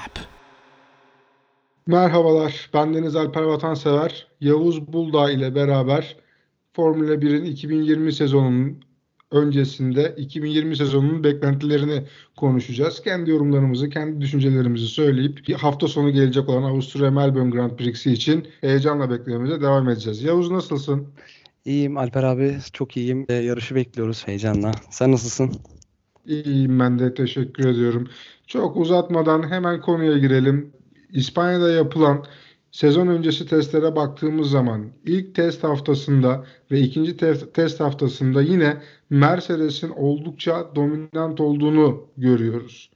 Merhabalar, bendeniz Alper Vatansever. Yavuz Buldağ ile beraber Formula 1'in 2020 sezonunun öncesinde 2020 sezonunun beklentilerini konuşacağız. Kendi yorumlarımızı, kendi düşüncelerimizi söyleyip hafta sonu gelecek olan Avusturya Melbourne Grand Prix'si için heyecanla beklememize devam edeceğiz. Yavuz nasılsın? İyiyim Alper abi, çok iyiyim. Yarışı bekliyoruz heyecanla. Sen nasılsın? İyiyim ben de teşekkür ediyorum. Çok uzatmadan hemen konuya girelim. İspanya'da yapılan sezon öncesi testlere baktığımız zaman ilk test haftasında ve ikinci test haftasında yine Mercedes'in oldukça dominant olduğunu görüyoruz.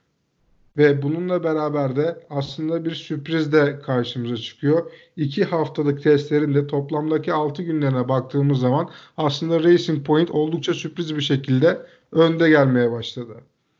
Ve bununla beraber de aslında bir sürpriz de karşımıza çıkıyor. 2 haftalık testlerin de toplamdaki 6 günlerine baktığımız zaman aslında Racing Point oldukça sürpriz bir şekilde önde gelmeye başladı.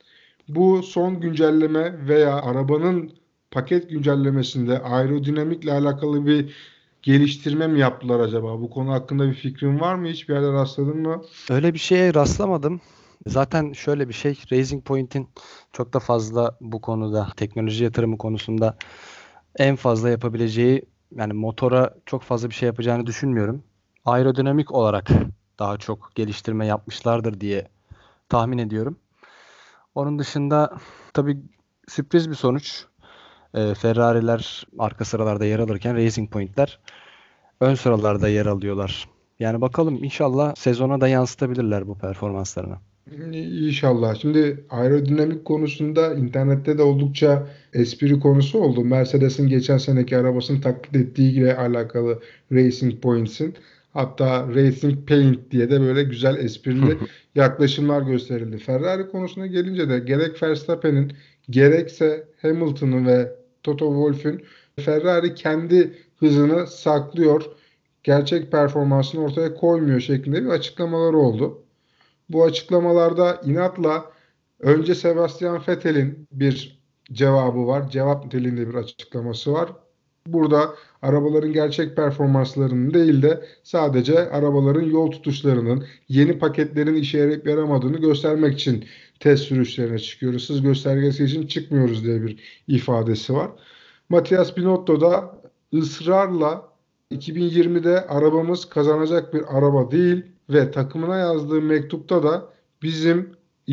Bu son güncelleme veya arabanın paket güncellemesinde aerodinamikle alakalı bir geliştirme mi yaptılar acaba? Bu konu hakkında bir fikrin var mı? Hiçbir yerde rastladın mı? Öyle bir şeye rastlamadım. Zaten şöyle bir şey, Racing Point'in çok da fazla bu konuda, teknoloji yatırımı konusunda en fazla yapabileceği, yani motora çok fazla bir şey yapacağını düşünmüyorum. Aerodinamik olarak daha çok geliştirme yapmışlardır diye tahmin ediyorum. Onun dışında tabii sürpriz bir sonuç. Ferrari'ler arka sıralarda yer alırken Racing Point'ler ön sıralarda yer alıyorlar. Yani bakalım, inşallah sezona da yansıtabilirler bu performanslarını. İnşallah. Şimdi aerodinamik konusunda internette de oldukça espri konusu oldu. Mercedes'in geçen seneki arabasını taklit ettiği ile alakalı Racing Points'in. Hatta Racing Paint diye de böyle güzel esprili yaklaşımlar gösterildi. Ferrari konusuna gelince de gerek Verstappen'in gerekse Hamilton'ın ve Toto Wolff'ün Ferrari kendi hızını saklıyor, gerçek performansını ortaya koymuyor şeklinde bir açıklamaları oldu. Bu açıklamalarda inatla önce Sebastian Vettel'in bir cevabı var. Cevap niteliğinde bir açıklaması var. Burada arabaların gerçek performanslarının değil de sadece arabaların yol tutuşlarının, yeni paketlerin işe yarayıp yaramadığını göstermek için test sürüşlerine çıkıyoruz. Hız göstergesi için çıkmıyoruz diye bir ifadesi var. Matias Binotto da ısrarla 2020'de arabamız kazanacak bir araba değil ve takımına yazdığı mektupta da bizim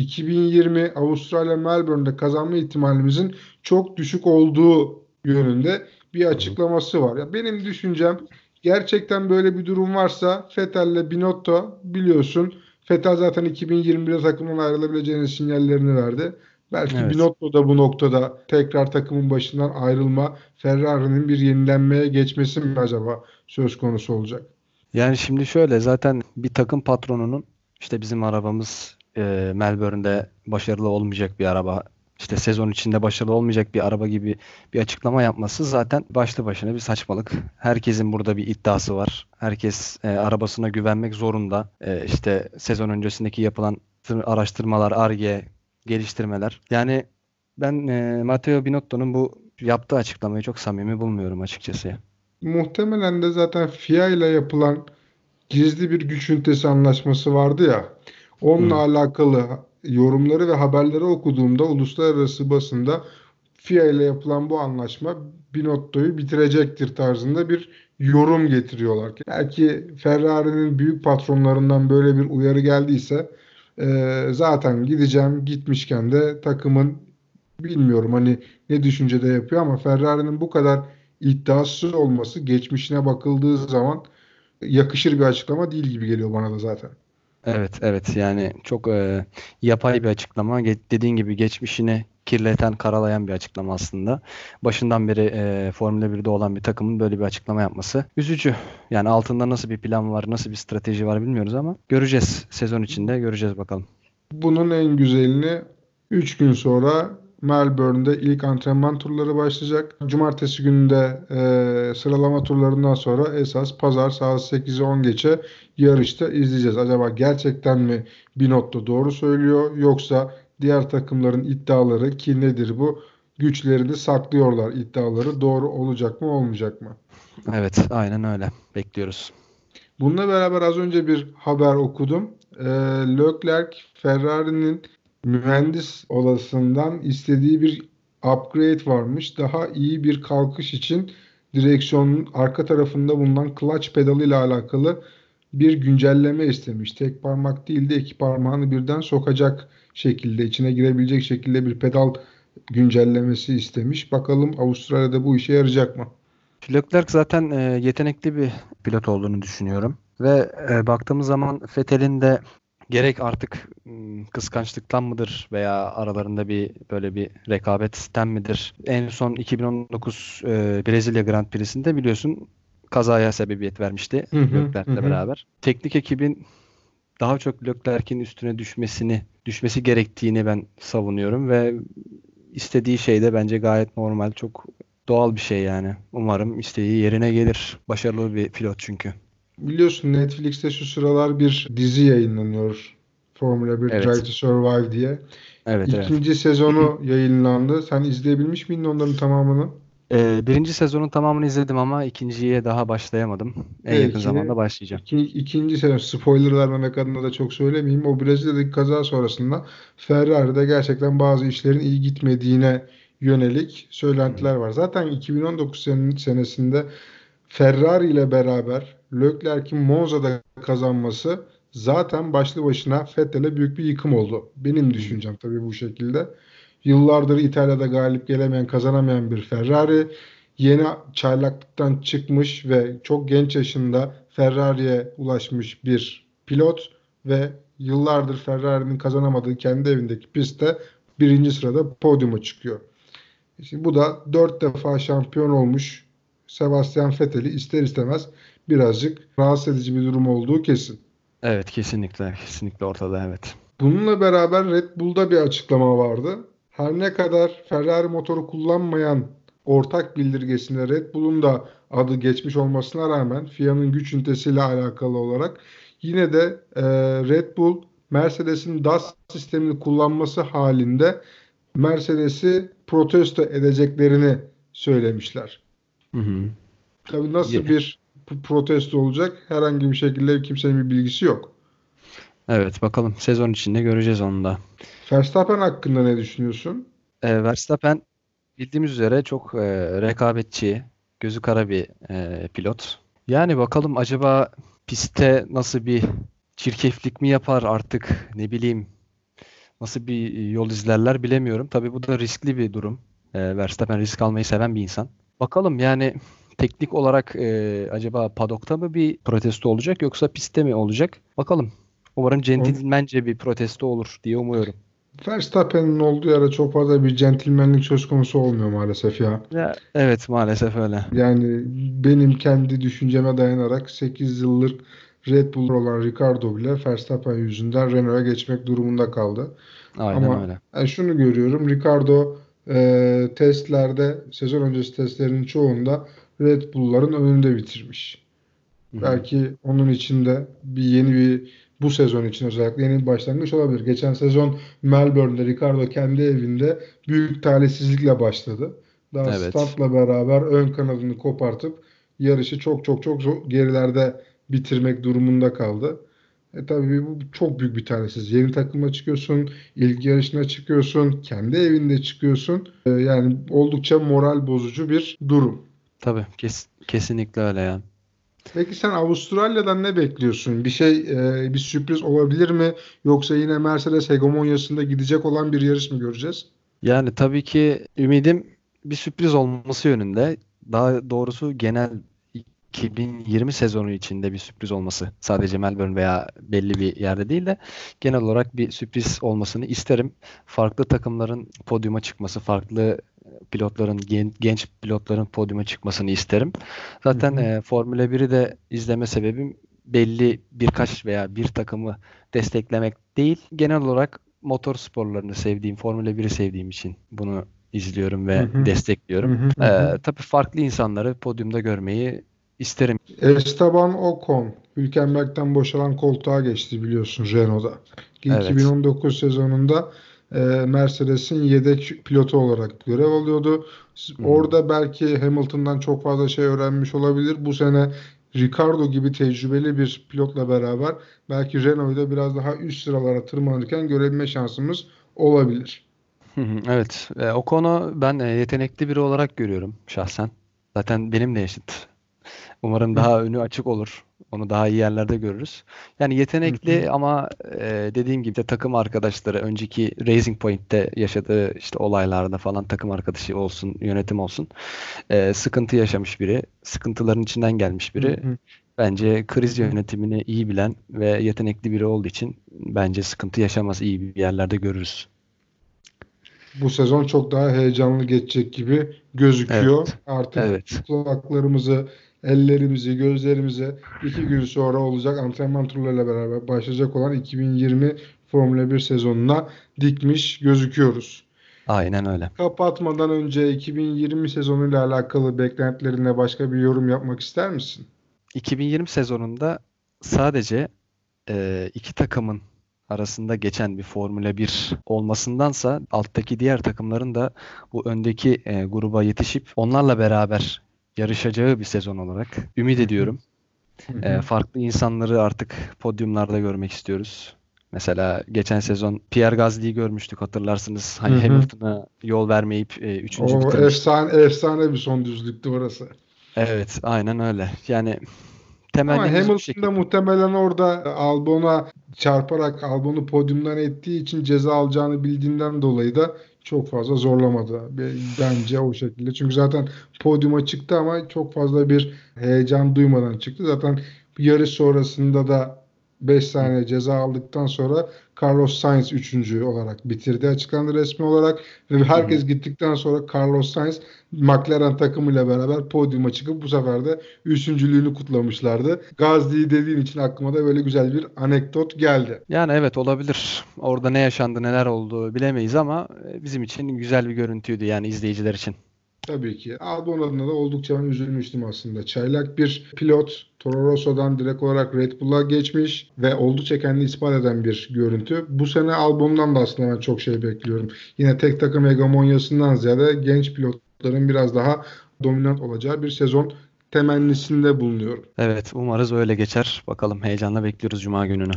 2020 Avustralya Melbourne'de kazanma ihtimalimizin çok düşük olduğu yönünde bir Hı hı. açıklaması var. Ya benim düşüncem, gerçekten böyle bir durum varsa Vettel'le Binotto, biliyorsun Vettel zaten 2021'de takımdan ayrılabileceğinin sinyallerini verdi. Belki Evet. Binotto da bu noktada tekrar takımın başından ayrılma, Ferrari'nin bir yenilenmeye geçmesi mi acaba söz konusu olacak? Yani şimdi şöyle, zaten bir takım patronunun işte bizim arabamız Melbourne'de başarılı olmayacak bir araba, işte sezon içinde başarılı olmayacak bir araba gibi bir açıklama yapması zaten başlı başına bir saçmalık. Herkesin burada bir iddiası var. Herkes arabasına güvenmek zorunda. İşte sezon öncesindeki yapılan araştırmalar, Ar-Ge, geliştirmeler. Yani ben Matteo Binotto'nun bu yaptığı açıklamayı çok samimi bulmuyorum açıkçası. Muhtemelen de zaten FIA ile yapılan gizli bir güç ünitesi anlaşması vardı ya. Onunla Hı. alakalı yorumları ve haberleri okuduğumda uluslararası basında FIA ile yapılan bu anlaşma Binotto'yu bitirecektir tarzında bir yorum getiriyorlar. Belki Ferrari'nin büyük patronlarından böyle bir uyarı geldiyse zaten gideceğim, gitmişken de takımın, bilmiyorum hani ne düşüncede yapıyor ama Ferrari'nin bu kadar iddiasız olması geçmişine bakıldığı zaman yakışır bir açıklama değil gibi geliyor bana da zaten. Evet, evet, yani çok yapay bir açıklama. Dediğin gibi geçmişini kirleten, karalayan bir açıklama aslında. Başından beri Formula 1'de olan bir takımın böyle bir açıklama yapması üzücü. Yani altında nasıl bir plan var, nasıl bir strateji var bilmiyoruz ama göreceğiz. Sezon içinde göreceğiz bakalım. Bunun en güzelini 3 gün sonra Melbourne'de ilk antrenman turları başlayacak. Cumartesi günü de sıralama turlarından sonra esas pazar saat 8'e 10 geçe yarışta izleyeceğiz. Acaba gerçekten mi Binotto doğru söylüyor, yoksa diğer takımların iddiaları, ki nedir bu? Güçlerini saklıyorlar iddiaları doğru olacak mı olmayacak mı? Evet, aynen öyle. Bekliyoruz. Bununla beraber az önce bir haber okudum. Leclerc, Ferrari'nin mühendis odasından istediği bir upgrade varmış. Daha iyi bir kalkış için direksiyonun arka tarafında bulunan clutch pedalı ile alakalı bir güncelleme istemiş. Tek parmak değil de iki parmağını birden sokacak şekilde, içine girebilecek şekilde bir pedal güncellemesi istemiş. Bakalım Avustralya'da bu işe yarayacak mı? Leclerc zaten yetenekli bir pilot olduğunu düşünüyorum. Ve baktığımız zaman Vettel'in de gerek artık kıskançlıktan mıdır veya aralarında bir böyle bir rekabetten midir? En son 2019 Brezilya Grand Prix'sinde biliyorsun kazaya sebebiyet vermişti Hı hı hı. Leclerc'le Hı. beraber. Teknik ekibin daha çok Leclerc'in üstüne düşmesi gerektiğini ben savunuyorum ve istediği şey de bence gayet normal, çok doğal bir şey yani. Umarım istediği yerine gelir. Başarılı bir pilot çünkü. Biliyorsun Netflix'te şu sıralar bir dizi yayınlanıyor. Formula 1 Drive Evet. to Survive diye. Evet, evet. İkinci sezonu yayınlandı. Sen izleyebilmiş miydin onların tamamını? Birinci sezonun tamamını izledim ama ikinciye daha başlayamadım. En yakın Peki zamanda başlayacağım. ikinci sezon spoiler vermemek adına da çok söylemeyeyim. O Brezilya'daki kaza sonrasında Ferrari'de gerçekten bazı işlerin iyi gitmediğine yönelik Hı hı. söylentiler var. Zaten 2019 senesinde Ferrari ile beraber Leclerc'in Monza'da kazanması zaten başlı başına Vettel'e büyük bir yıkım oldu. Benim Hı hı. düşüncem tabii bu şekilde. Yıllardır İtalya'da galip gelemeyen, kazanamayan bir Ferrari yeni çaylaklıktan çıkmış ve çok genç yaşında Ferrari'ye ulaşmış bir pilot ve yıllardır Ferrari'nin kazanamadığı kendi evindeki pistte birinci sırada podyuma çıkıyor. Şimdi bu da dört defa şampiyon olmuş Sebastian Vettel'i ister istemez birazcık rahatsız edici bir durum olduğu kesin. Evet, kesinlikle. Kesinlikle ortada, evet. Bununla beraber Red Bull'da bir açıklama vardı. Her ne kadar Ferrari motoru kullanmayan ortak bildirgesinde Red Bull'un da adı geçmiş olmasına rağmen FIA'nın güç ünitesiyle alakalı olarak yine de Red Bull Mercedes'in DAS sistemini kullanması halinde Mercedes'i protesto edeceklerini söylemişler. Hı hı. Tabii nasıl Ye- bir protesto olacak herhangi bir şekilde kimsenin bir bilgisi yok. Evet, bakalım sezon içinde göreceğiz onu da. Verstappen hakkında ne düşünüyorsun? Verstappen bildiğimiz üzere çok rekabetçi, gözü kara bir pilot. Yani bakalım acaba pistte nasıl bir çirkeflik mi yapar artık, ne bileyim, nasıl bir yol izlerler bilemiyorum. Tabii bu da riskli bir durum. Verstappen risk almayı seven bir insan. Bakalım yani teknik olarak acaba padokta mı bir protesto olacak yoksa pistte mi olacak? Bakalım. Umarım On, centilmence bir protesto olur diye umuyorum. Verstappen'in olduğu yerde çok fazla bir centilmenlik söz konusu olmuyor maalesef ya. Ya, evet, maalesef öyle. Yani benim kendi düşünceme dayanarak 8 yıllık Red Bull olan Ricardo bile Verstappen yüzünden Renault'a geçmek durumunda kaldı. Aynen Ama öyle. şunu görüyorum. Ricardo testlerde, sezon öncesi testlerinin çoğunda Red Bull'ların önünde bitirmiş. Hı hı. Belki onun için de bir bu sezon için özellikle yeni bir başlangıç olabilir. Geçen sezon Melbourne'de Ricardo kendi evinde büyük talihsizlikle başladı. Daha Evet. startla beraber ön kanadını kopartıp yarışı çok çok çok gerilerde bitirmek durumunda kaldı. Tabii bu çok büyük bir talihsiz. Yeni takıma çıkıyorsun, ilk yarışına çıkıyorsun, kendi evinde çıkıyorsun. Yani oldukça moral bozucu bir durum. Tabii kesinlikle öyle yani. Peki sen Avustralya'dan ne bekliyorsun? Bir sürpriz olabilir mi? Yoksa yine Mercedes hegemonyasında gidecek olan bir yarış mı göreceğiz? Yani tabii ki ümidim bir sürpriz olması yönünde. Daha doğrusu genel 2020 sezonu içinde bir sürpriz olması. Sadece Melbourne veya belli bir yerde değil de genel olarak bir sürpriz olmasını isterim. Farklı takımların podyuma çıkması, farklı pilotların, genç pilotların podyuma çıkmasını isterim. Hı Zaten hı. Formula 1'i de izleme sebebim belli birkaç veya bir takımı desteklemek değil. Genel olarak motor sporlarını sevdiğim, Formula 1'i sevdiğim için bunu izliyorum Hı ve hı. Hı destekliyorum. hı. Hı hı. Tabii farklı insanları podyumda görmeyi isterim. Esteban Ocon, Hülkenberg'den boşalan koltuğa geçti biliyorsun Renault'da. Evet. 2019 sezonunda Mercedes'in yedek pilotu olarak görev alıyordu. Hı hı. Orada belki Hamilton'dan çok fazla şey öğrenmiş olabilir. Bu sene Ricardo gibi tecrübeli bir pilotla beraber belki Renault'da biraz daha üst sıralara tırmanırken görebilme şansımız olabilir. Hı hı, evet. O konu ben yetenekli biri olarak görüyorum şahsen. Zaten benim de yaşıt. Umarım Hı daha önü açık olur. Onu daha iyi yerlerde görürüz. Yani hı. Hı. yetenekli ama dediğim gibi de takım arkadaşları önceki Raising Point'te yaşadığı işte olaylarda falan takım arkadaşı olsun, yönetim olsun. Sıkıntı yaşamış biri, sıkıntıların içinden gelmiş Hı biri. hı. Bence Hı kriz hı. yönetimini iyi bilen ve yetenekli biri olduğu için bence sıkıntı yaşamaz, iyi bir yerlerde görürüz. Bu sezon çok daha heyecanlı geçecek gibi gözüküyor. Evet. Artık Evet. kulaklarımızı, ellerimizi, gözlerimizi 2 gün sonra olacak antrenman turlarıyla beraber başlayacak olan 2020 Formula 1 sezonuna dikmiş gözüküyoruz. Aynen öyle. Kapatmadan önce 2020 sezonuyla alakalı beklentilerine başka bir yorum yapmak ister misin? 2020 sezonunda sadece iki takımın arasında geçen bir Formula 1 olmasındansa alttaki diğer takımların da bu öndeki gruba yetişip onlarla beraber yarışacağı bir sezon olarak ümit Hı hı. ediyorum. Hı hı. Farklı insanları artık podyumlarda görmek istiyoruz. Mesela geçen sezon Pierre Gasly'yi görmüştük, hatırlarsınız. Hı Hani hı. Hamilton'a yol vermeyip üçüncü O bitirmişti. efsane bir son düzlüktü orası. Evet, aynen öyle. Yani Ama temennimiz bu Hamilton da şekilde. muhtemelen orada Albon'a çarparak Albon'u podyumdan ettiği için ceza alacağını bildiğinden dolayı da çok fazla zorlamadı. Bence o şekilde. Çünkü zaten podyuma çıktı ama çok fazla bir heyecan duymadan çıktı. Zaten yarış sonrasında da 5 Hı saniye ceza aldıktan sonra Carlos Sainz üçüncü olarak bitirdi, açıklandı resmi olarak. Ve hı. herkes gittikten sonra Carlos Sainz McLaren takımıyla beraber podyuma çıkıp bu sefer de üçüncülüğünü kutlamışlardı. Gazli'yi dediğin için aklıma da böyle güzel bir anekdot geldi. Yani evet, olabilir. Orada ne yaşandı, neler oldu bilemeyiz ama bizim için güzel bir görüntüydü yani izleyiciler için. Tabii ki. Albon adına da oldukça ben üzülmüştüm aslında. Çaylak bir pilot Toro Rosso'dan direkt olarak Red Bull'a geçmiş ve oldukça kendini ispat eden bir görüntü. Bu sene Albon'dan da aslında ben çok şey bekliyorum. Yine tek takım hegemonyasından ziyade genç pilotların biraz daha dominant olacağı bir sezon temennisinde bulunuyorum. Evet, umarız öyle geçer. Bakalım, heyecanla bekliyoruz Cuma gününü.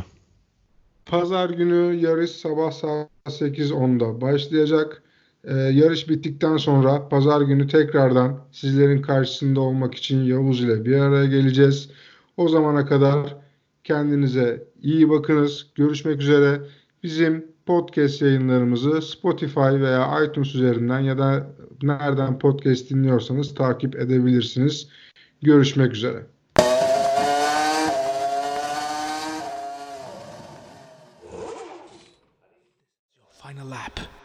Pazar günü yarış sabah saat 8:10'da başlayacak. Yarış bittikten sonra pazar günü tekrardan sizlerin karşısında olmak için Yavuz ile bir araya geleceğiz. O zamana kadar kendinize iyi bakınız. Görüşmek üzere. Bizim podcast yayınlarımızı Spotify veya iTunes üzerinden ya da nereden podcast dinliyorsanız takip edebilirsiniz. Görüşmek üzere. Final lap.